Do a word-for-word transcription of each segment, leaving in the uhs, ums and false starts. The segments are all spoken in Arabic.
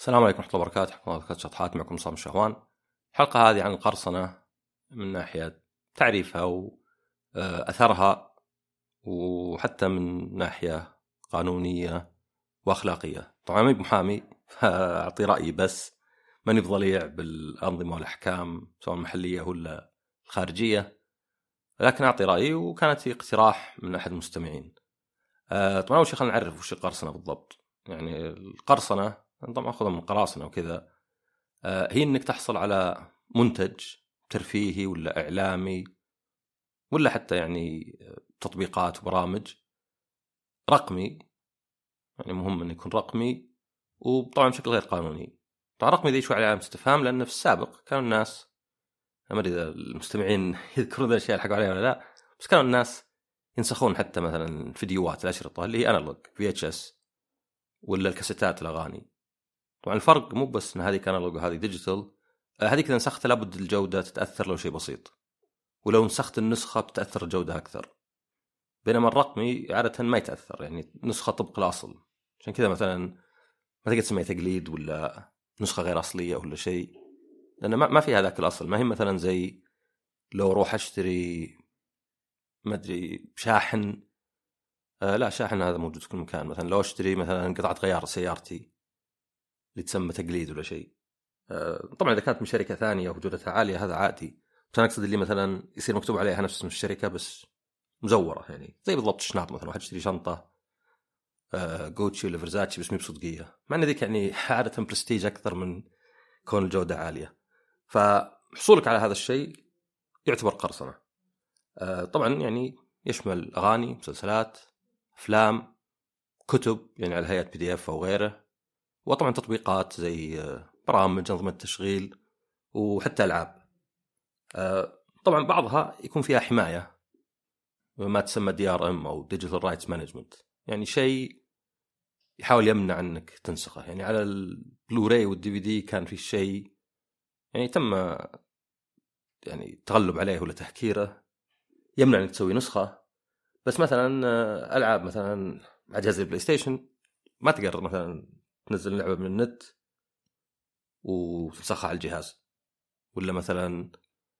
السلام عليكم ورحمة الله وبركاته. حكم الله شطحات معكم صام الشهوان. الحلقة هذه عن القرصنة من ناحية تعريفها وأثرها وحتى من ناحية قانونية وأخلاقية. طبعا ماني بمحامي فأعطي رأيي، بس ماني بضليع بالأنظمة والأحكام سواء المحلية ولا الخارجية، لكن أعطي رأيي وكانت اقتراح من أحد المستمعين. طبعا أول شيء خلينا نعرف وش القرصنة بالضبط. يعني القرصنة طبعا أخذها من قراصنة وكذا، هي إنك تحصل على منتج ترفيهي ولا إعلامي ولا حتى يعني تطبيقات وبرامج رقمي، يعني مهم أن يكون رقمي وطبعا بشكل غير قانوني. طبعا رقمي ذي شوي على علامة استفهام، لأن في السابق كانوا الناس، ما أدري إذا المستمعين يذكرون ذا الأشياء اللي حكوا عليها ولا لا، بس كانوا الناس ينسخون حتى مثلا فيديوهات الأشرطة اللي هي أنالوج في اتش اس ولا الكاسيتات الأغاني. طبعا الفرق مو بس ان هذه كان انالوج وهذه ديجيتال، هذه كذا نسخت لابد الجوده تتاثر لو شيء بسيط، ولو نسخت النسخه بتاثر الجوده اكثر، بينما الرقمي عاده ما يتاثر، يعني نسخه طبق الاصل. عشان كذا مثلا ما تقدر تسميها تقليد ولا نسخه غير اصليه ولا شيء، لان ما في هذاك الاصل. ما هي مثلا زي لو اروح اشتري ما ادري شاحن، آه لا شاحن هذا موجود في كل مكان. مثلا لو اشتري مثلا قطعه غيار سيارتي اللي تسمى تقليد ولا شيء، طبعا إذا كانت من شركة ثانية وجودتها عالية هذا عادي، بس أنا أقصد اللي مثلا يصير مكتوب عليها نفس اسم الشركة بس مزورة، يعني زي بالضبط شنط. مثلا واحد يشتري شنطة جوتشي ولا فرزاتشي بس مي بصدقية، مع أن ذيك يعني عادة برستيج أكثر من كون الجودة عالية. فحصولك على هذا الشيء يعتبر قرصنة. طبعا يعني يشمل أغاني، مسلسلات، أفلام، كتب يعني على هيئة بي دي اف أو غيره، وطبعا تطبيقات زي برامج أنظمة تشغيل وحتى ألعاب. طبعا بعضها يكون فيها حماية ما تسمى دي آر إم أو Digital Rights Management، يعني شيء يحاول يمنع أنك تنسخه. يعني على البلوراي والدي في دي كان في شيء يعني تم يعني التغلب عليه ولا تهكيره يمنع أنك تسوي نسخة، بس مثلا ألعاب مثلا على جهاز البلاي ستيشن ما تقدر مثلا تنزل لعبة من النت وتنسخها على الجهاز، ولا مثلا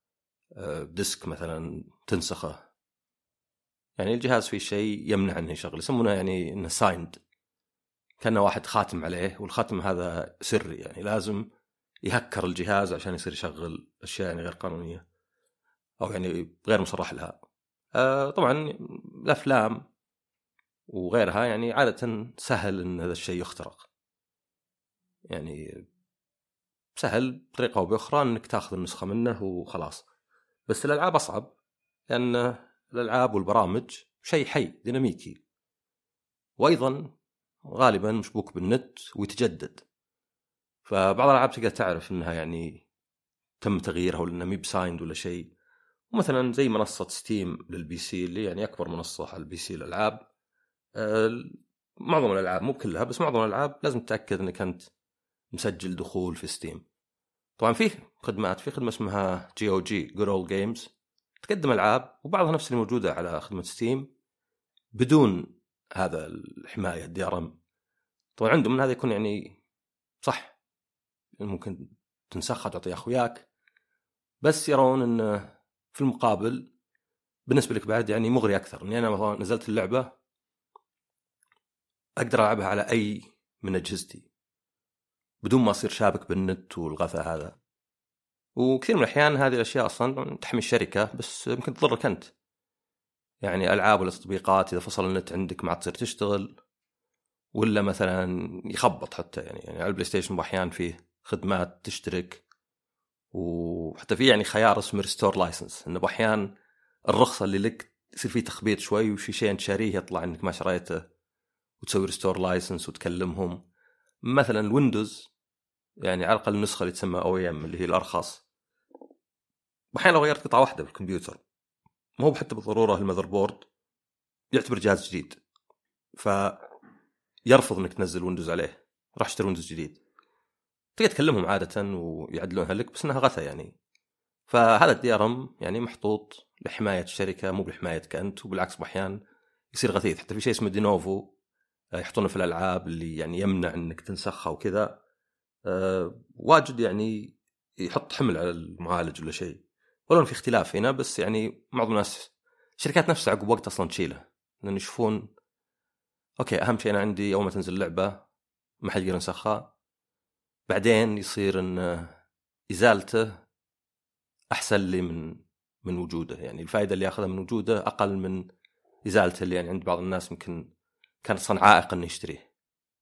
ديسك مثلا تنسخه، يعني الجهاز فيه شيء يمنع انه يشغل، يسمونه يعني انه سايند، كأنه واحد خاتم عليه، والخاتم هذا سري، يعني لازم يهكر الجهاز عشان يصير يشغل اشياء يعني غير قانونيه او يعني غير مصرح لها. آه طبعا الافلام وغيرها يعني عاده سهل ان هذا الشيء يخترق، يعني سهل بطريقه او باخرى انك تاخذ النسخه منه وخلاص. بس الالعاب اصعب، لان الالعاب والبرامج شيء حي ديناميكي، وايضا غالبا مشبوك بالنت ويتجدد. فبعض الالعاب تقدر تعرف انها يعني تم تغييرها ولا انها مي بسايند ولا شيء. ومثلا زي منصه ستيم للبي سي اللي يعني اكبر منصه على البي سي للالعاب، معظم الالعاب مو كلها بس معظم الالعاب لازم تتاكد انك انت مسجل دخول في ستيم. طبعا فيه خدمات، في خدمه اسمها جي او جي Good Old Games تقدم العاب وبعضها نفس اللي موجوده على خدمه ستيم بدون هذا الحمايه الدي ار ام. طبعا عندهم من هذا يكون يعني صح ممكن تنسخها تعطيها اخوياك، بس يرون ان في المقابل بالنسبه لك بعد يعني مغري اكثر، اني انا مثلا نزلت اللعبه اقدر العبها على اي من اجهزتي بدون ما اصير شابك بالنت والغثى هذا. وكثير من الاحيان هذه الاشياء اصلا تحمي الشركه بس ممكن تضرك انت، يعني العاب ولا تطبيقات اذا فصل النت عندك ما تصير تشتغل، ولا مثلا يخبط حتى يعني, يعني على البلاي ستيشن باحيان فيه خدمات تشترك، وحتى في يعني خيار اسمه ريستور لايسنس، انه باحيان الرخصه اللي لك يصير فيه تخبيط شوي وشي شيء انت شاريه يطلع انك ما شريته، وتسوي ريستور لايسنس وتكلمهم. مثلا الويندوز يعني على الاقل النسخه اللي تسمى او ام اللي هي الارخص، باحيان لو غيرت قطعه واحده بالكمبيوتر ما هو حتى بالضروره المذر بورد يعتبر جهاز جديد، فيرفض انك تنزل ويندوز عليه، راح اشتري ويندوز جديد. تقدر تكلمهم عاده ويعدلونها لك بس انها غثى يعني. فهذا الدي ار ام يعني محطوط لحمايه الشركه مو بحمايتك انت، وبالعكس باحيان يصير غثيث. حتى في شيء اسمه دينوفو يحطونه في الالعاب اللي يعني يمنع انك تنسخها وكذا، أه واجد يعني يحط حمل على المعالج ولا شيء، ولو في اختلاف هنا، بس يعني معظم الناس الشركات نفسها عقب وقت اصلا تشيله، لان يشوفون اوكي اهم شيء انا عندي اول ما تنزل لعبه ما حد يقدر ينسخها، بعدين يصير ان ازالته احسن لي من من وجوده، يعني الفائده اللي ياخذها من وجوده اقل من ازالته، اللي يعني عند بعض الناس يمكن كان صنع عائق انه يشتريه.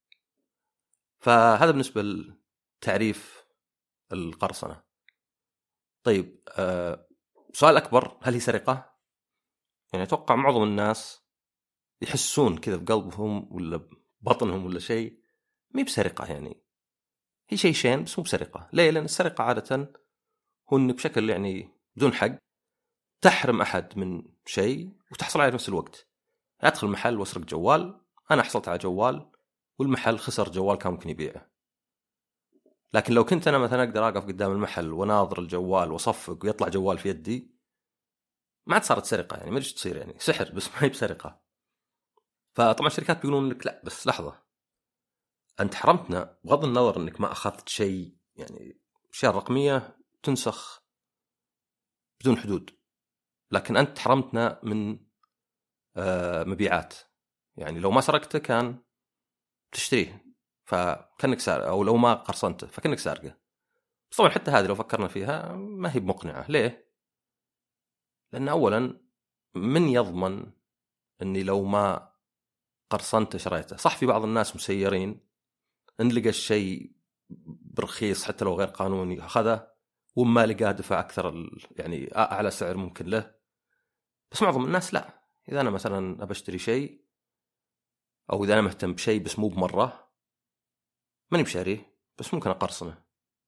فهذا بالنسبه لتعريف القرصنه. طيب أه سؤال اكبر، هل هي سرقه؟ يعني اتوقع معظم الناس يحسون كذا بقلبهم ولا ببطنهم ولا شيء مي بسرقه، يعني هي شيء شين بس مو بسرقه. ليه؟ لان السرقه عاده هو انك بشكل يعني بدون حق تحرم احد من شيء وتحصل عليه بنفس الوقت. ادخل محل واسرق جوال، انا حصلت على جوال والمحل خسر جوال كان ممكن يبيعه. لكن لو كنت انا مثلا اقدر اقف قدام المحل وناظر الجوال واصفق ويطلع جوال في يدي، ما عاد صارت سرقه، يعني ما ادري ايش تصير، يعني سحر بس ما هي بسرقه. فطبعا الشركات بيقولون لك لا بس لحظه، انت حرمتنا بغض النظر انك ما اخذت شيء، يعني اشياء رقميه تنسخ بدون حدود، لكن انت حرمتنا من مبيعات. يعني لو ما سرقته كان تشتريه فكأنك سارق، او لو ما قرصنته فكأنك سارقه. بس طبعا حتى هذه لو فكرنا فيها ما هي بمقنعه. ليه؟ لان اولا من يضمن اني لو ما قرصنته شريته؟ صح في بعض الناس مسيرين ان لقى الشيء برخيص حتى لو غير قانوني اخذه، وما لقاه دفع اكثر يعني اعلى سعر ممكن له. بس معظم الناس لا، اذا انا مثلا ابى اشتري شيء او اذا انا مهتم بشيء بس مو بمره ماني بشاريه بس ممكن اقرصنه.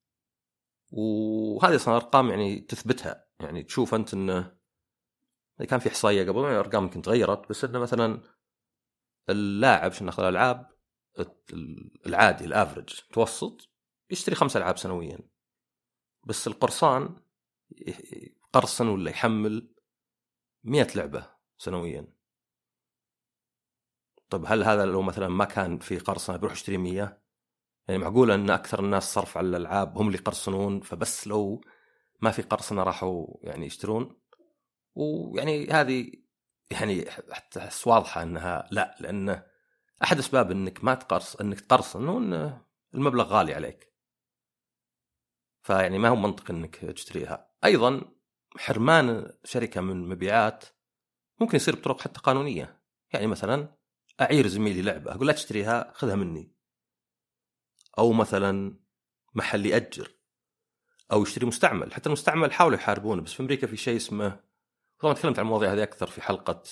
وهذه اصلا ارقام يعني تثبتها، يعني تشوف انت انه كان في احصائيه قبل، يعني ارقام يمكن تغيرت، بس انه مثلا اللاعب عشان ناخذ الالعاب العادي الافرج متوسط يشتري خمس العاب سنويا، بس القرصان قرصن ولا يحمل مئة لعبه سنويا. طيب هل هذا لو مثلا ما كان في قرصنه بيروح يشتري مية؟ يعني معقوله ان اكثر الناس صرف على الالعاب هم اللي يقرصنون، فبس لو ما في قرصنه راحوا يعني يشترون؟ ويعني هذه يعني حتى واضحه انها لا، لان احد اسباب انك ما تقرص انك تقرصن انه إن المبلغ غالي عليك، فيعني ما هو منطق انك تشتريها. ايضا حرمان شركه من مبيعات ممكن يصير بطرق حتى قانونيه، يعني مثلا اعير زميلي لعبه اقول لا تشتريها خذها مني، او مثلا محل يأجر او يشتري مستعمل. حتى المستعمل حاولوا يحاربونه، بس في امريكا في شيء اسمه، طبعا تكلمت عن المواضيع هذه اكثر في حلقه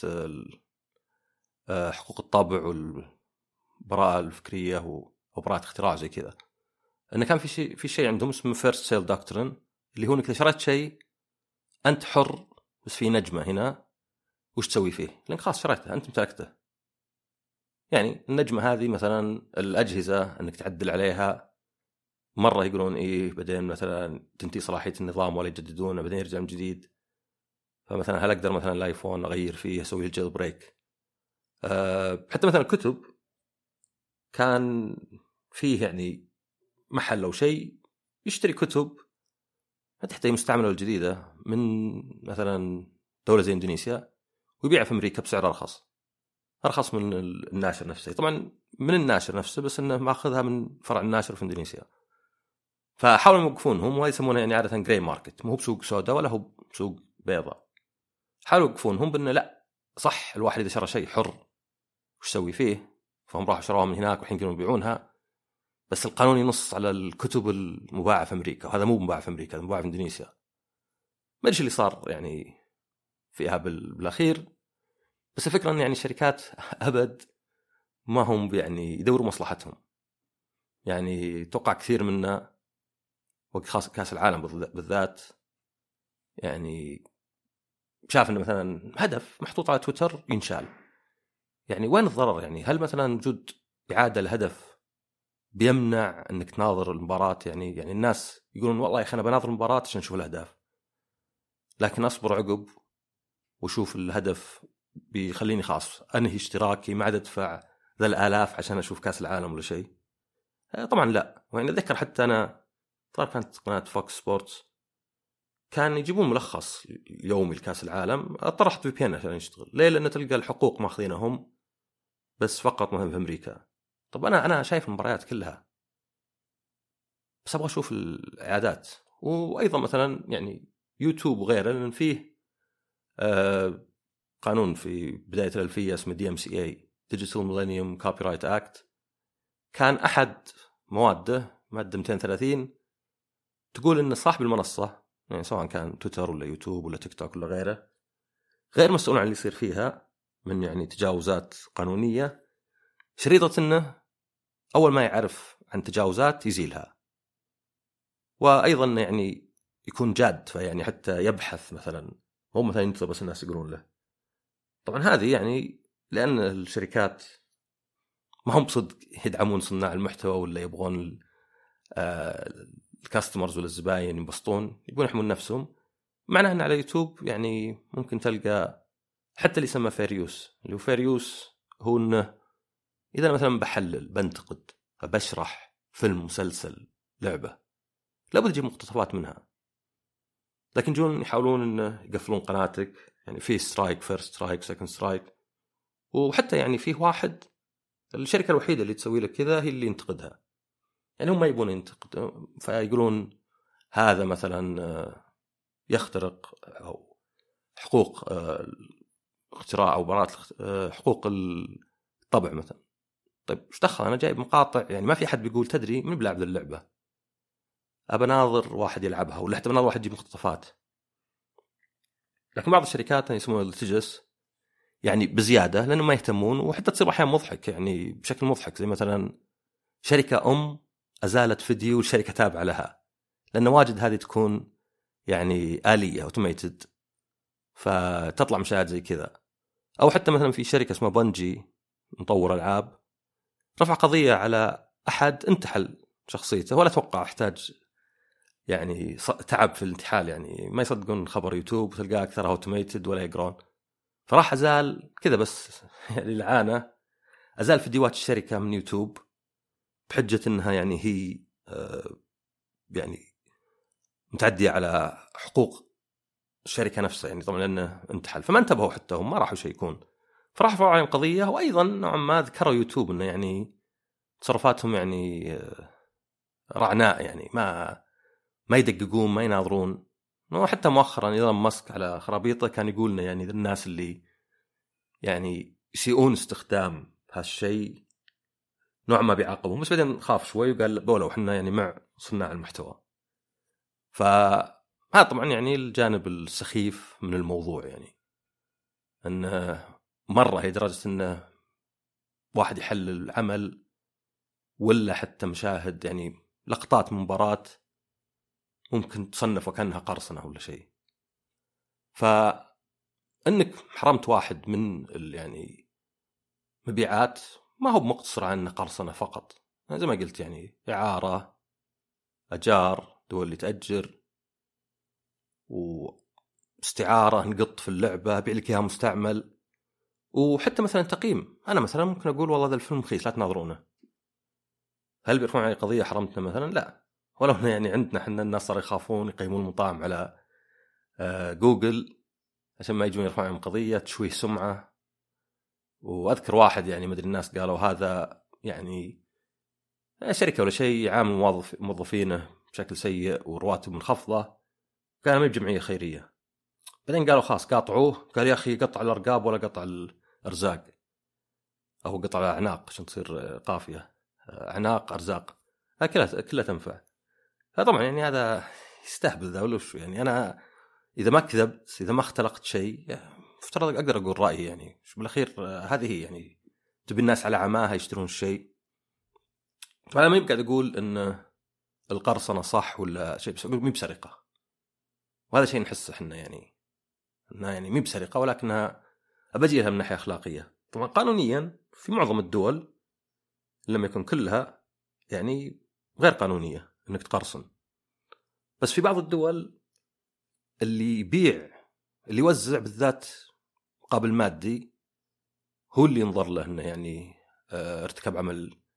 حقوق الطابع والبراءه الفكريه وبراءه اختراع زي كذا، انه كان في شيء في شيء عندهم اسمه فيرست سيل دكترين، اللي هو انك اذا شريت شيء انت حر، بس في نجمه هنا وش تسوي فيه؟ لانك خلاص شريته انت امتلكته. يعني النجمه هذه مثلا الاجهزه انك تعدل عليها، مره يقولون ايه بعدين مثلا تنتهي صلاحيه النظام ولا يجددونه بعدين يرجع من جديد. فمثلا هل اقدر مثلا الايفون اغير فيه اسوي الجيل بريك؟ أه حتى مثلا الكتب كان فيه يعني محل او شيء يشتري كتب حتى مستعمله الجديده من مثلا دوله زي اندونيسيا ويبيعها في امريكا بسعر ارخص ارخص من الناشر نفسه، طبعا من الناشر نفسه بس انه ماخذها من فرع الناشر في اندونيسيا. فحاولوا يوقفونهم، وهي يسمونها يعني عاده جراي ماركت، مو بسوق سوداء ولا هو بسوق بيضاء. حاولوا يوقفونهم بانه لا صح الواحد اذا شرى شيء حر وش يسوي فيه، فهم راحوا شروها من هناك والحين يقولون يبيعونها، بس القانون ينص على الكتب المباعة في أمريكا، وهذا مو مباعة في أمريكا، هذا مباعة في إندونيسيا. ما أدري اللي صار يعني فيها بالأخير، بس الفكرة أن يعني الشركات أبد ما هم يعني يدوروا مصلحتهم. يعني توقع كثير منا وقت خاص كاس العالم بالذات يعني شاف أنه مثلا هدف محطوط على تويتر ينشال، يعني وين الضرر؟ يعني هل مثلا وجود إعادة الهدف بيمنع انك تناظر المباراة؟ يعني يعني الناس يقولون والله يا اخي انا بناظر المباراة عشان اشوف الاهداف، لكن اصبر عقب وشوف الهدف بيخليني خاص انهي اشتراكي ما عاد ادفع ذا الالاف عشان اشوف كاس العالم ولا شيء. طبعا لا. وين أذكر حتى أنا طبعا كانت قناة فوكس سبورتس كان يجيبون ملخص يومي لكأس العالم، طرحت في بي إن عشان يشتغل. ليه؟ لأن تلقى الحقوق ماخذينهم بس فقط مثلا في أمريكا. طب أنا أنا شايف المباريات كلها بس أبغى أشوف الإعادات. وأيضا مثلا يعني يوتيوب وغيره، لأن فيه آه قانون في بداية الألفية اسمه دي إم سي إيه Digital Millennium Copyright Act، كان أحد مواده مادة مئتين وثلاثين تقول إن صاحب المنصة يعني سواء كان تويتر ولا يوتيوب ولا تيك توك ولا غيره غير مسؤول عن اللي يصير فيها من يعني تجاوزات قانونية، شريطة إنه أول ما يعرف عن تجاوزات يزيلها. وأيضا يعني يكون جاد، فيعني حتى يبحث مثلا، مو مثلا ينتظر بس الناس يقولون له. طبعا هذه يعني لأن الشركات ما هم بصدق يدعمون صناع المحتوى ولا يبغون الكاستمرز ولا الزباين ينبسطون، يبغون يحمون نفسهم. معناه أن على يوتيوب يعني ممكن تلقى حتى اللي يسمى فيريوس، اللي هو فيريوس هو إنه إذا مثلا بحلل بنتقد بشرح فيلم مسلسل لعبة لابد يجيب مقتطفات منها، لكن جون يحاولون إنه يقفلون قناتك. يعني فيه سترايك، فيرست سترايك، سكند سترايك. وحتى يعني فيه واحد الشركة الوحيدة اللي تسوي لك كذا هي اللي ينتقدها، يعني هم ما يبون ينتقد، فيقولون هذا مثلا يخترق أو حقوق اختراع أو براءة حقوق الطبع مثلا. طيب ايش دخل؟ أنا جايب مقاطع، يعني ما في أحد بيقول تدري من بلعب اللعبة أبى ناظر واحد يلعبها ولا حتى بناظر واحد يجيب مقتطفات. لكن بعض الشركات يسمونها الليتجس يعني بزيادة لأنه ما يهتمون، وحتى تصير أحيانا مضحك يعني بشكل مضحك، زي مثلا شركة أم أزالت فيديو الشركة تابعة لها، لأن واجد هذه تكون يعني آلية أوتوميتد فتطلع مشاهد زي كذا. أو حتى مثلا في شركة اسمها بنجي مطور ألعاب رفع قضية على أحد انتحل شخصيته، ولا أتوقع احتاج يعني تعب في الانتحال، يعني ما يصدقون خبر يوتيوب وتلقاه أكثر أوتوميتد ولا يقرون. فراح أزال كذا بس يعني العانة أزال فيديوهات الشركة من يوتيوب بحجة أنها يعني هي يعني متعدية على حقوق الشركة نفسها، يعني طبعا لأنه انتحل. فما انتبهوا حتى هم، ما راحوا يشيكون، فراح رفعوا عليهم قضية. وأيضا نوعا ما ذكروا يوتيوب أنه يعني تصرفاتهم يعني رعناء، يعني ما ما يدققون ما يناظرون. وحتى مؤخرا إيلون ماسك على خرابيطه كان يقولنا يعني الناس اللي يعني يسيئون استخدام هالشيء نوع ما بيعاقبهم، بس بعدين خاف شوي وقال بولو احنا يعني مع صناع المحتوى. فهذا طبعا يعني الجانب السخيف من الموضوع، يعني انه مره هي درجه انه واحد يحلل العمل ولا حتى مشاهد يعني لقطات من مباراة ممكن تصنف وكأنها قرصنة ولا شيء. فإنك حرمت واحد من يعني مبيعات ما هو مقتصر عن قرصنة فقط، زي ما قلت يعني إعارة، أجار، دول اللي تأجر، واستعارة نقط في اللعبة أبيع لك إياها مستعمل. وحتى مثلا تقييم، أنا مثلا ممكن أقول والله هذا الفيلم رخيص لا تناظرونه، هل بيرفعون علي قضية حرمتنا مثلا؟ لا. ولو يعني عندنا حنا الناس صار يخافون يقيمون المطاعم على جوجل عشان ما يجون يرفعون قضية تشويه سمعة. وأذكر واحد يعني مدري الناس قالوا هذا يعني شركة ولا شيء يعامل موظف موظفينه بشكل سيء ورواتب منخفضة، كان ما جمعية خيرية. بعدين قالوا خلاص قاطعوه، قال يا أخي قطع الأرقاب ولا قطع الأرزاق، أو قطع الأعناق عشان تصير قافية، أعناق أرزاق، كلها كلها تنفع. فطبعا يعني هذا يستهبل ذا ولا شو يعني. أنا إذا ما كذبت إذا ما اختلقت شيء افترض أقدر أقول رأيي، يعني شو بالأخير هذه يعني تبي الناس على عماها يشترون الشيء. فأنا ما يبقى أقول إن القرصنة صح ولا شيء، بس أقول مي بسرقة، وهذا شيء نحسه إحنا يعني إنها يعني مي بسرقة ولكنها أبجيها من ناحية أخلاقية. طبعا قانونيا في معظم الدول لما يكون كلها يعني غير قانونية إنك تقرصن، بس في بعض الدول اللي يبيع اللي يوزع بالذات مقابل مادي هو اللي ينظر له انه يعني ارتكب عمل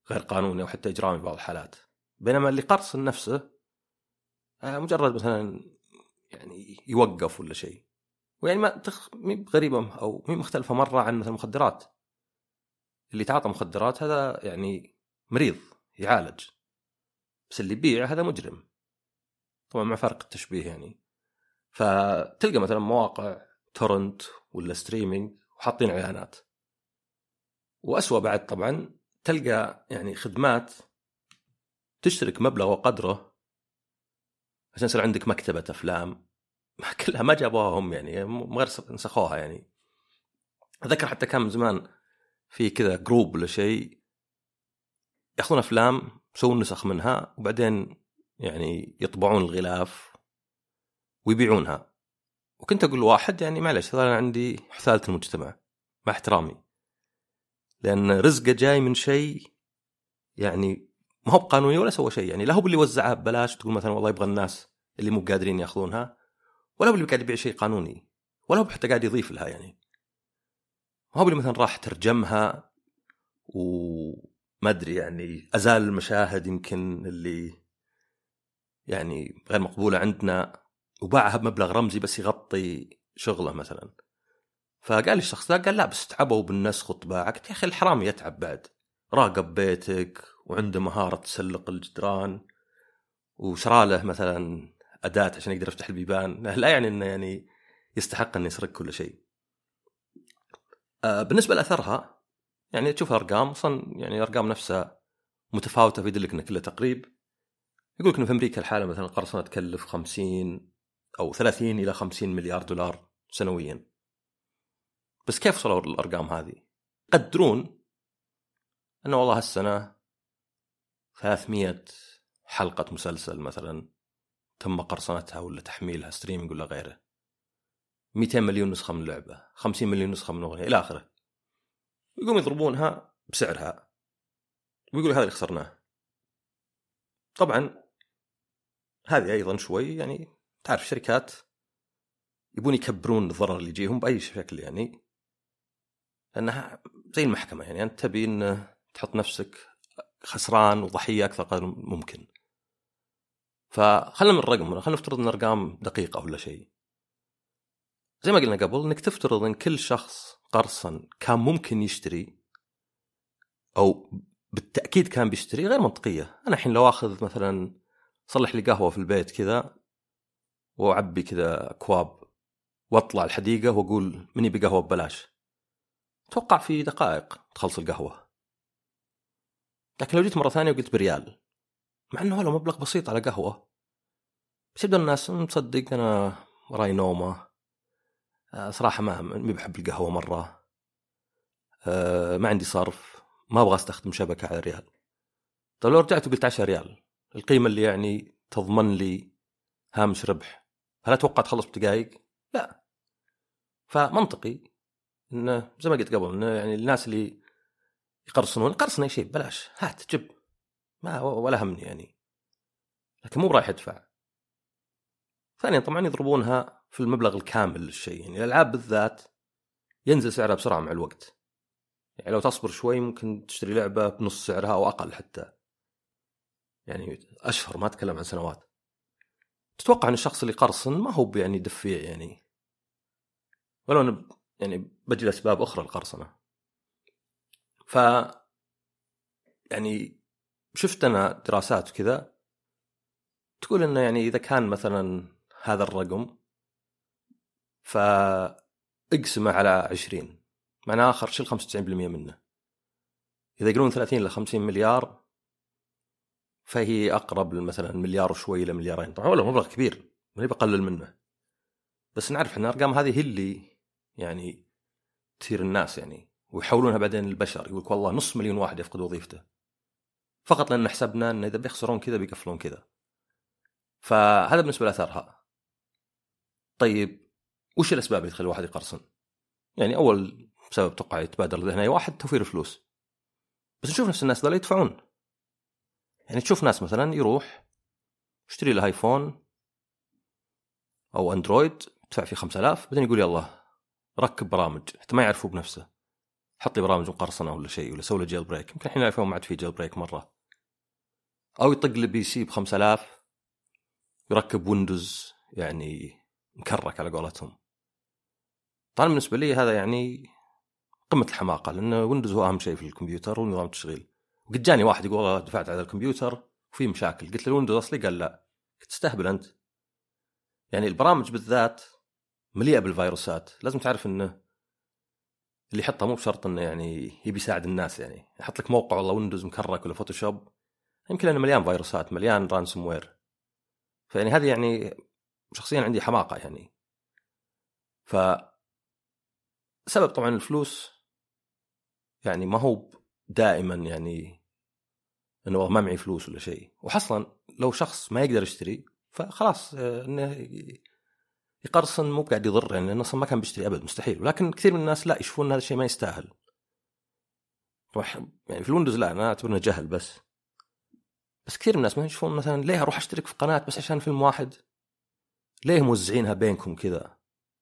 غير قانوني أو حتى إجرامي بعض الحالات. بينما اللي قرصن نفسه مجرد مثلا يعني يوقف ولا شيء، ويعني ما تخ... غريبة أو مختلفة مرة عن مثل المخدرات. اللي تعاطى مخدرات هذا يعني مريض يعالج، بس اللي يبيع هذا مجرم، طبعا مع فرق التشبيه يعني. فتلقى مثلا مواقع تورنت ولا ستريمينج وحاطين إعلانات، وأسوأ بعد طبعا تلقى يعني خدمات تشترك مبلغ وقدره عشان يصير عندك مكتبة أفلام كلها ما جابوها هم يعني غير نسخوها يعني. أذكر حتى كان من زمان في كذا جروب ولا شيء يأخذون أفلام يسوون نسخ منها وبعدين يعني يطبعون الغلاف ويبيعونها. وكنت أقول واحد يعني معلش هذا عندي حثالة المجتمع مع احترامي، لأن رزقه جاي من شيء يعني ما هو قانوني ولا سوى شيء يعني. لا هو اللي وزعها ببلاش تقول مثلا والله يبغى الناس اللي مو قادرين يأخذونها، ولا هو اللي قاعد يبيع شيء قانوني، ولا هو حتى قاعد يضيف لها يعني. هو اللي مثلا راح ترجمها وما أدري يعني أزال المشاهد يمكن اللي يعني غير مقبولة عندنا وباعها بمبلغ رمزي بس يغطي شغله مثلا. فقال لي الشخص ذا قال لا بس تعبوا بالنسخ وطباعك. يا أخي الحرامي يتعب بعد، راقب بيتك وعنده مهارة تسلق الجدران وشراله مثلا أداة عشان يقدر يفتح البيبان، لا يعني إنه يعني يستحق أن يسرق كل شيء. آه بالنسبة لأثرها يعني تشوف أرقام أصلا يعني أرقام نفسها متفاوتة، في يدلك إنه كله تقريب. يقولك إنه في أمريكا الحالة مثلا قرصنة تكلف خمسين أو ثلاثين إلى خمسين مليار دولار سنويا. بس كيف وصلوا الأرقام هذه؟ قدرون أنه والله هالسنة ثلاثمية حلقة مسلسل مثلا تم قرصنتها ولا تحميلها ستريمينج ولا غيره، مئتين مليون نسخة من لعبة، خمسين مليون نسخة من أغنية إلى آخره. يقوم يضربونها بسعرها ويقولوا هذا اللي خسرناه. طبعا هذه أيضا شوي يعني تعرف شركات يبون يكبرون الضرر اللي يجيهم بأي شكل يعني، لأنها زي المحكمة يعني أنت تبي أن تحط نفسك خسران وضحية أكثر قدر ممكن. فخلنا من الرقم، خلنا نفترض أن الأرقام دقيقة ولا شيء. زي ما قلنا قبل أنك تفترض أن كل شخص قرصن كان ممكن يشتري أو بالتأكيد كان بيشتري غير منطقية. أنا الحين لو أخذ مثلا صلح لي قهوة في البيت كذا وأعبي كذا أكواب واطلع الحديقة واقول مني بقهوة ببلاش، توقع في دقائق تخلص القهوة. لكن لو جيت مرة ثانية وقلت بريال، مع أنه لو مبلغ بسيط على قهوة، بس يبدأ الناس مصدق أنا وراي نومة، صراحة ما ما بحب القهوة مرة، ما عندي صرف، ما أبغى أستخدم شبكة على ريال. طيب لو رجعت وقلت عشرة ريال، القيمة اللي يعني تضمن لي هامش ربح، هل أتوقع تخلص بدقائق؟ لا. فمنطقي إنه زي ما قلت قبل إنه يعني الناس اللي يقرصنون قرصنا شيء بلاش، هات جب ما ولا همني يعني، لكن مو رايح يدفع. ثانيا طبعا يضربونها في المبلغ الكامل للشيء يعني. الألعاب بالذات ينزل سعرها بسرعة مع الوقت يعني، لو تصبر شوي ممكن تشتري لعبة بنص سعرها أو أقل حتى يعني، أشهر ما أتكلم عن سنوات. تتوقع أن الشخص اللي قرصن ما هو يعني دفيع يعني، ولو أنا يعني بجي لأسباب أخرى القرصنة. ف يعني شفت أنا دراسات كذا تقول إنه يعني إذا كان مثلا هذا الرقم فاقسمه على عشرين، معناه آخر شيل خمسة وتسعين بالمئة منه. إذا يقولون ثلاثين إلى خمسين مليار فهي أقرب مثلا مليار وشوي إلى مليارين. طبعا ولا مبلغ كبير ما بقلل منه، بس نعرف إن الأرقام هذه هي اللي يعني تثير الناس يعني، ويحولونها بعدين البشر. يقولك والله نص مليون واحد يفقد وظيفته فقط لأن حسبنا أن إذا بيخسرون كذا بيقفلون كذا. فهذا بالنسبة لأثارها. طيب وش الأسباب اللي تخلي الواحد يقرصن؟ يعني أول سبب توقع يتبادر لذهني واحد توفير فلوس، بس نشوف نفس الناس ذولا يدفعون. يعني تشوف ناس مثلا يروح يشتري له ايفون أو أندرويد يدفع فيه خمسة آلاف، بعدين يقول يلا ركب برامج حتى ما يعرفوا بنفسه، حط لي برامج مقرصنه ولا شيء، ولا سوي له جيل بريك. يمكن الحين الايفون ما عاد فيه جيل بريك مره. او يطق لي بي سي بخمسة آلاف يركب ويندوز يعني مكرك على قولتهم. طبعا بالنسبه لي هذا يعني قمه الحماقه، لان ويندوز هو اهم شيء في الكمبيوتر ونظام التشغيل. وقد جاني واحد يقول والله دفعت على الكمبيوتر وفي مشاكل، قلت له الويندوز اصلي، قال لا. قلت تستهبل انت، يعني البرامج بالذات مليئه بالفيروسات. لازم تعرف انه اللي يحطها مو بشرط انه يعني يبي يساعد الناس، يعني يحط لك موقع والله ويندوز مكرك ولا فوتوشوب، يمكن انه مليان فيروسات، مليان رانسوم وير. فيعني هذه يعني شخصيا عندي حماقه يعني. ف سبب طبعا الفلوس يعني ما هو دائما يعني انه ما معي فلوس ولا شيء. وحصلا لو شخص ما يقدر يشتري فخلاص انه يقرصن مو قاعد يضر، يعني لانه اصلا ما كان بيشتري ابد، مستحيل. ولكن كثير من الناس لا، يشوفون هذا الشيء ما يستاهل. يعني في الويندوز لا، انا اعتبره جهل بس بس كثير من الناس ما يشوفون مثلا ليه اروح اشترك في قناه بس عشان فيلم واحد؟ ليه موزعينها بينكم كذا؟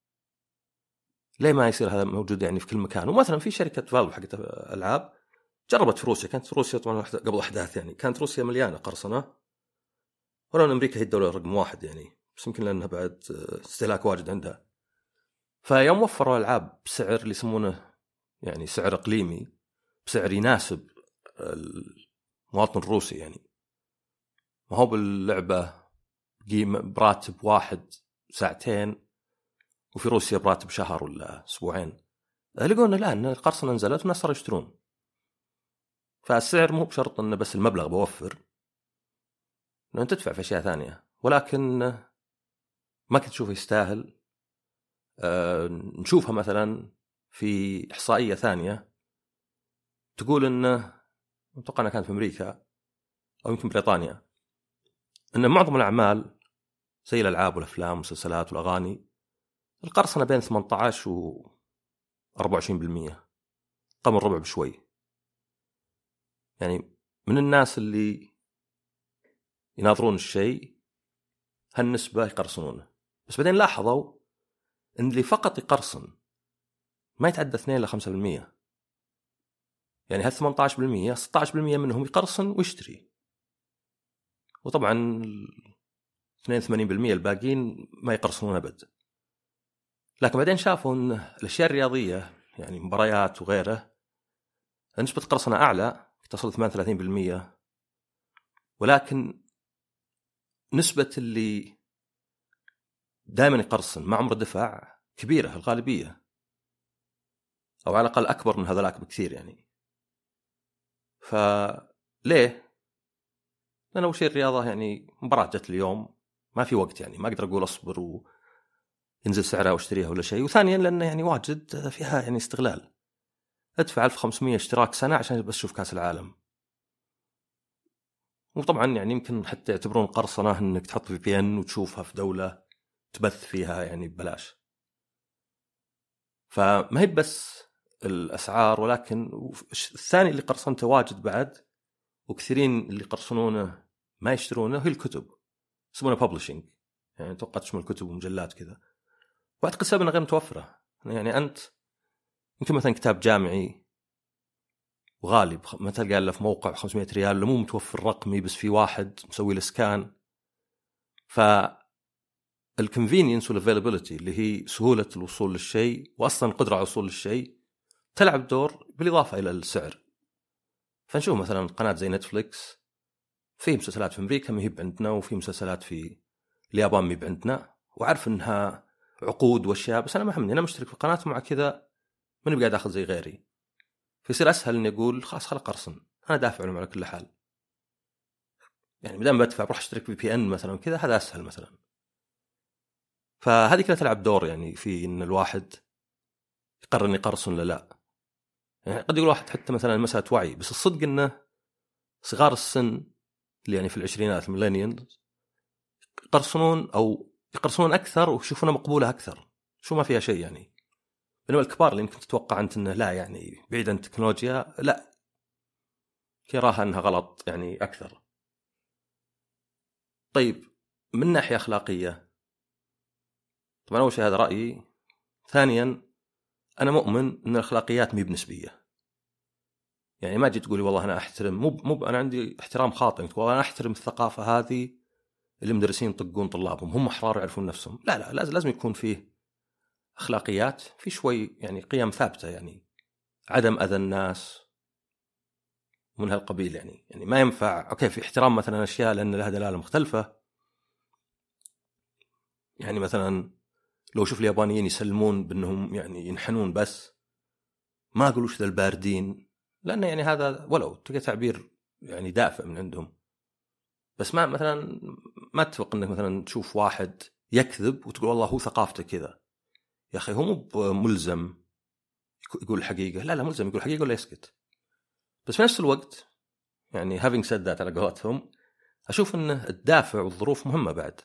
ليه ما يصير هذا موجود يعني في كل مكان؟ ومثلا في شركه فالف حقت العاب جربت في روسيا، كانت في روسيا طبعا قبل احداث، يعني كانت روسيا مليانه قرصنه، ولو ان امريكا هي الدوله رقم واحد يعني، بس يمكن لانها بعد استهلاك واجد عندها. فيوم وفروا العاب بسعر اللي يسمونه يعني سعر اقليمي، بسعر يناسب المواطن الروسي، يعني ما هو باللعبه قيمه براتب واحد ساعتين، وفي روسيا براتب شهر ولا اسبوعين. لقونا لا، ان القرصنه نزلت والناس صاروا يشترون. فالسعر مو بشرط انه بس المبلغ بوفر، انه انت تدفع في اشياء ثانيه، ولكن ما كنت تشوفه يستاهل. أه نشوفها مثلا في احصائيه ثانيه تقول انه اتوقع انها كانت في امريكا او يمكن بريطانيا، ان معظم الاعمال زي الالعاب والافلام والمسلسلات والاغاني القرصنه بين ثمانية عشر و أربعة وعشرين بالمئة، قام الربع بشوي. يعني من الناس اللي يناظرون الشيء هالنسبة يقرصنونه. بس بعدين لاحظوا ان اللي فقط يقرصن ما يتعدى اثنين إلى خمسة بالمئة. يعني هال ثمانية عشر بالمئة ستة عشر بالمئة منهم يقرصن ويشتري، وطبعا اثنين وثمانين بالمئة الباقين ما يقرصنون أبد. لكن بعدين شافوا ان الاشياء الرياضية يعني مباريات وغيره نسبة قرصنة اعلى، تصل ثمانية وثلاثين بالمئة، ولكن نسبة اللي دائما يقرصن مع عمر الدفاع كبيرة، الغالبية أو على الأقل أكبر من هذاك بكثير يعني. فليه؟ لأن أول شيء الرياضة يعني مباراة جت اليوم ما في وقت، يعني ما أقدر أقول أصبر وينزل سعرها واشتريها ولا شيء. وثانيا لأنه يعني واجد فيها يعني استغلال، أدفع ألف وخمسمئة اشتراك سنة عشان بس أشوف كأس العالم. وطبعا يعني يمكن حتى يعتبرون قرصنة أنك تحط في بي إن وتشوفها في دولة تبث فيها يعني ببلاش. فما هي بس الأسعار، ولكن الثاني اللي قرصنته واجد بعد وكثيرين اللي قرصنونه ما يشترونه هي الكتب، يسمونها publishing، يعني توقع تشمل كتب ومجلات كذا. واعتقد سبب انها غير متوفرة. يعني أنت يمكن مثلا كتاب جامعي وغالي ما تلقى إلا في موقع خمسمئة ريال، ولا مو متوفر رقمي بس في واحد مسوي له سكان. ف الconvenience والavailability اللي هي سهولة الوصول للشيء وأصلا القدرة على الوصول للشيء تلعب دور بالإضافة إلى السعر. فنشوف مثلا قناة زي نتفليكس في مسلسلات في أمريكا ما هي عندنا، وفي مسلسلات في اليابان ما هي عندنا، وعارف إنها عقود وأشياء، بس أنا ما همني، أنا مشترك في قناة مع كذا من بقاعد أخذ زي غيري. فيصير أسهل إني أقول خلاص خلق قرصن، أنا دافع لهم على كل حال. يعني مدام بدفع بروح أشترك في بي إن مثلا كذا، هذا أسهل مثلا. فهذه كلها تلعب دور يعني في إن الواحد يقرر إن يقرصن ولا لا. يعني قد يقول واحد حتى مثلا مسألة وعي، بس الصدق إنه صغار السن اللي يعني في العشرينات الميلينيالز يقرصنون أو يقرصنون أكثر ويشوفونها مقبولة أكثر، شو ما فيها شيء يعني. بينما الكبار اللي يمكن تتوقع أنت إنه لا يعني بعيد عن التكنولوجيا، لا يراها أنها غلط يعني أكثر. طيب من ناحية أخلاقية، طبعا أول شيء هذا رأيي. ثانيا أنا مؤمن أن الأخلاقيات مي بنسبية، يعني ما جيت تقولي والله انا احترم، مو مو انا عندي احترام خاطئ، والله انا احترم الثقافه هذه اللي المدرسين يطقون طلابهم، هم احرار يعرفون نفسهم. لا لا، لازم لازم يكون فيه اخلاقيات، في شوي يعني قيم ثابته، يعني عدم اذى الناس من هالقبيل. يعني يعني ما ينفع اوكي في احترام مثلا اشياء لان لها دلاله مختلفه. يعني مثلا لو شوف اليابانيين يسلمون بانهم يعني ينحنون، بس ما اقول وش ذا الباردين، لانه يعني هذا ولو تلقى تعبير يعني دافئ من عندهم. بس ما مثلا ما اتفق انك مثلا تشوف واحد يكذب وتقول والله هو ثقافته كذا. يا اخي هو مو ملزم يقول الحقيقه، لا لا ملزم يقول الحقيقه ولا يسكت. بس في نفس الوقت يعني having said that على قولتهم، اشوف ان الدافع والظروف مهمه بعد.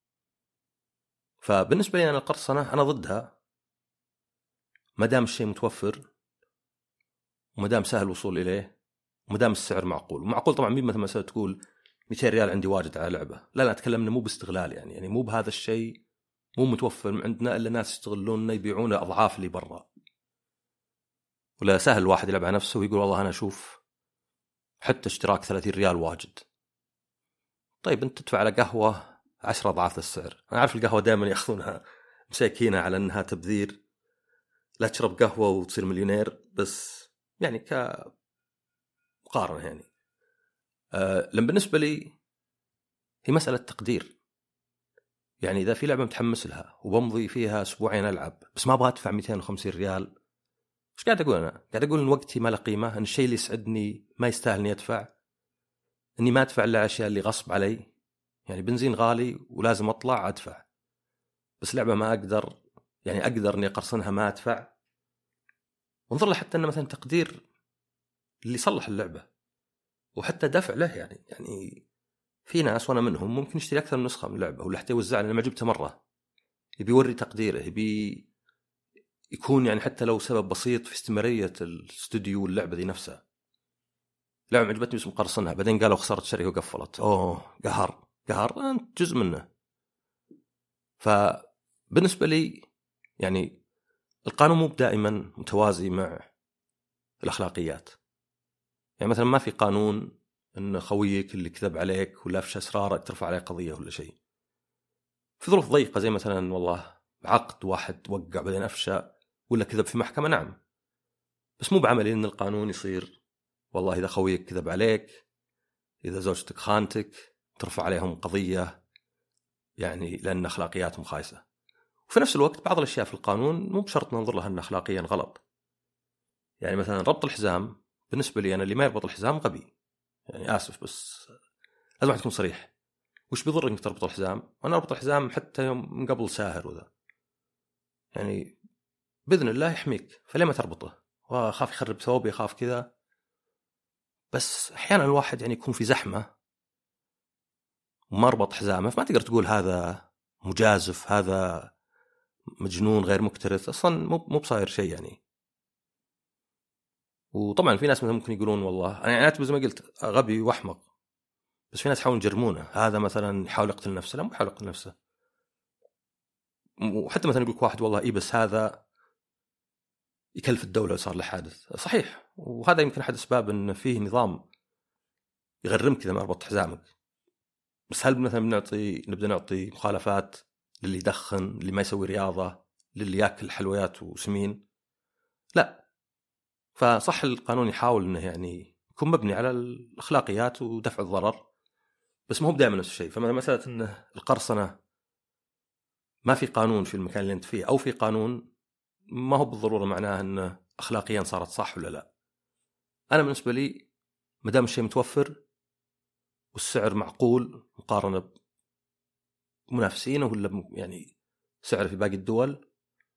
فبالنسبه لي انا القرصنه انا ضدها ما دام الشيء متوفر، وما دام سهل الوصول اليه، وما دام السعر معقول. ومعقول طبعا مين مثل ما تقول مئتين ريال عندي واجد على لعبه، لا لا اتكلمنا مو باستغلال، يعني يعني مو بهذا الشيء مو متوفر عندنا الا ناس يستغلونه يبيعونه اضعاف اللي برا. ولا سهل الواحد يلعب على نفسه ويقول والله انا اشوف حتى اشتراك ثلاثين ريال واجد. طيب انت تدفع على قهوه عشرة اضعاف السعر. انا عارف القهوه دائما ياخذونها مساكينه على انها تبذير، لا تشرب قهوه وتصير مليونير، بس يعني كمقارنه يعني أه لما بالنسبه لي هي مساله تقدير. يعني اذا في لعبه متحمس لها وبمضي فيها اسبوعين العب بس ما ابغى ادفع مئتين وخمسين ريال، ايش قاعد اقول؟ انا قاعد اقول ان وقتي ما له قيمه، ان الشيء اللي يسعدني ما يستاهل اني ادفع، اني ما ادفع الا الاشياء اللي غصب علي. يعني بنزين غالي ولازم اطلع ادفع، بس لعبه ما اقدر يعني اقدر اني اقرصنها ما ادفع. وانظر له حتى انه مثلا تقدير اللي يصلح اللعبه وحتى دفع له. يعني يعني في ناس وانا منهم ممكن يشتري اكثر من نسخه من اللعبه ولا حتى يوزعها لما جبتها مره، يبي يوري تقديره، يبي يكون يعني حتى لو سبب بسيط في استمراريه الاستوديو واللعبه ذي نفسها. لعبه عجبتني بس مقرصنها، بعدين قالوا خسرت الشركه وقفلت. اوه قهر قهر، انت جزء منه. فبالنسبه لي يعني القانون مو دائما متوازي مع الاخلاقيات. يعني مثلا ما في قانون ان خويك اللي كذب عليك ولا افشى اسرارك ترفع عليه قضيه ولا شيء. في ظروف ضيقه زي مثلا والله عقد واحد وقع بعدين افشى ولا كذب في محكمه، نعم، بس مو بعملي ان القانون يصير والله اذا خويك كذب عليك، اذا زوجتك خانتك ترفع عليهم قضيه يعني لان اخلاقياتهم خايسه. وفي نفس الوقت بعض الاشياء في القانون مو بشرط ننظر لها ان اخلاقيا غلط. يعني مثلا ربط الحزام بالنسبه لي انا اللي ما يربط الحزام غبي، يعني اسف بس لازم تكون صريح. وش بيضر انك تربط الحزام؟ وانا اربط الحزام حتى يوم من قبل ساهر وذا، يعني باذن الله يحميك، فليه ما تربطه؟ واخاف يخرب ثوبي، يخاف كذا. بس احيانا الواحد يعني يكون في زحمه وما ربط حزامه، فما تقدر تقول هذا مجازف، هذا مجنون غير مكترث، اصلا مو مو بصاير شيء يعني. وطبعا في ناس مثلا ممكن يقولون والله انا يعني زي ما قلت غبي واحمق، بس في ناس يحاولون يجرمونه، هذا مثلا يحاول يقتل نفسه. لا مو يحاول يقتل نفسه. وحتى مثلا يقول لك واحد والله اي بس هذا يكلف الدوله صار له حادث، صحيح، وهذا يمكن احد اسباب ان فيه نظام يغرمك اذا ما ربطت حزامك. بس هل مثلا بنعطي نبدا نعطي مخالفات للي يدخن، اللي ما يسوي رياضه، للي ياكل حلويات وسمين؟ لا. فصح القانون يحاول انه يعني يكون مبني على الاخلاقيات ودفع الضرر، بس ما هو دائما نفس الشيء. فمساله انه القرصنه ما في قانون في المكان اللي انت فيه او في قانون ما هو بالضروره معناه انه اخلاقيا صارت صح ولا لا. انا بالنسبه لي ما دام الشيء متوفر والسعر معقول مقارنه بمنافسينه ولا يعني سعره في باقي الدول،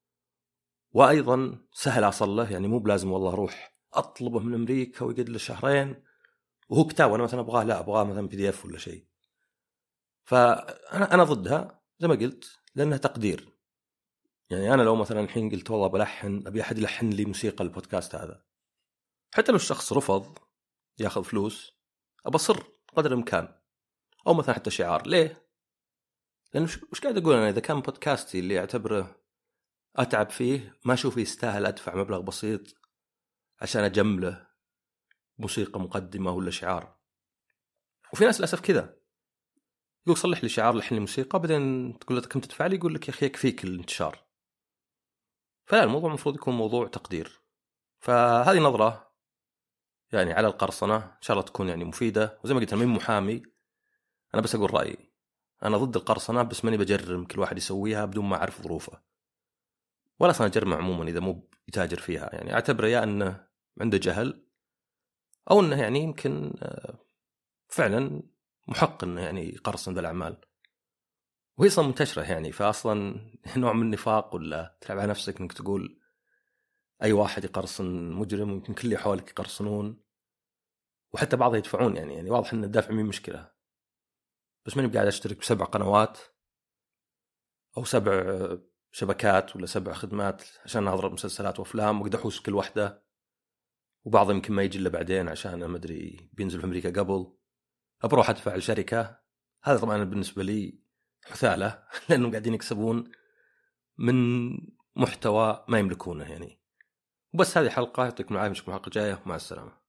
وايضا سهل اصل له، يعني مو بلازم والله اروح اطلبه من امريكا ويقعد له شهرين وهو كتاب وانا مثلا ابغاه، لا ابغاه مثلا بي دي اف ولا شيء. فانا انا ضدها زي ما قلت لانها تقدير. يعني انا لو مثلا الحين قلت والله بلحن، ابي احد يلحن لي موسيقى البودكاست هذا، حتى لو الشخص رفض ياخذ فلوس ابصر قدر الامكان، او مثلا حتى شعار. ليه؟ لانه وش قاعد اقول انا؟ اذا كان بودكاستي اللي اعتبره اتعب فيه ما اشوف يستاهل ادفع مبلغ بسيط عشان اجمله موسيقى مقدمة ولا شعار. وفي ناس للأسف كذا، يقول صلح لي شعار لحن لي موسيقى، بعدين تقول له كم تدفع لي، يقول لك يا أخي يكفيك الانتشار. فلا، الموضوع المفروض يكون موضوع تقدير. فهذه نظرة يعني على القرصنة، إن شاء الله تكون يعني مفيدة. وزي ما قلت أنا من محامي، أنا بس أقول رأيي، أنا ضد القرصنة، بس ماني بجرم كل واحد يسويها بدون ما أعرف ظروفه، ولا أصلا أجرم عموما إذا مو يتاجر فيها. يعني أعتبره يا أنه عنده جهل، أو أنه يعني يمكن فعلا محق أنه يعني يقرصن بالأعمال، وهي أصلا منتشرة يعني. فأصلا نوع من النفاق، ولا تلعب على نفسك أنك تقول أي واحد يقرصن مجرم، ويمكن كل اللي حولك يقرصنون، وحتى بعض يدفعون. يعني يعني واضح أن الدافع مين مشكلة، بس ماني قاعد أشترك بسبع قنوات أو سبع شبكات ولا سبع خدمات عشان أضرب مسلسلات وأفلام وقد أحوس كل واحدة، وبعضهم يمكن ما يجي إلا بعدين عشان ما أدري بينزل في أمريكا قبل، أبروح أدفع لشركة. هذا طبعا بالنسبة لي حثالة لأنهم قاعدين يكسبون من محتوى ما يملكونه يعني. وبس، هذه حلقة، يعطيكم العافية، نشوفكم الحلقة الجاية، مع السلامة.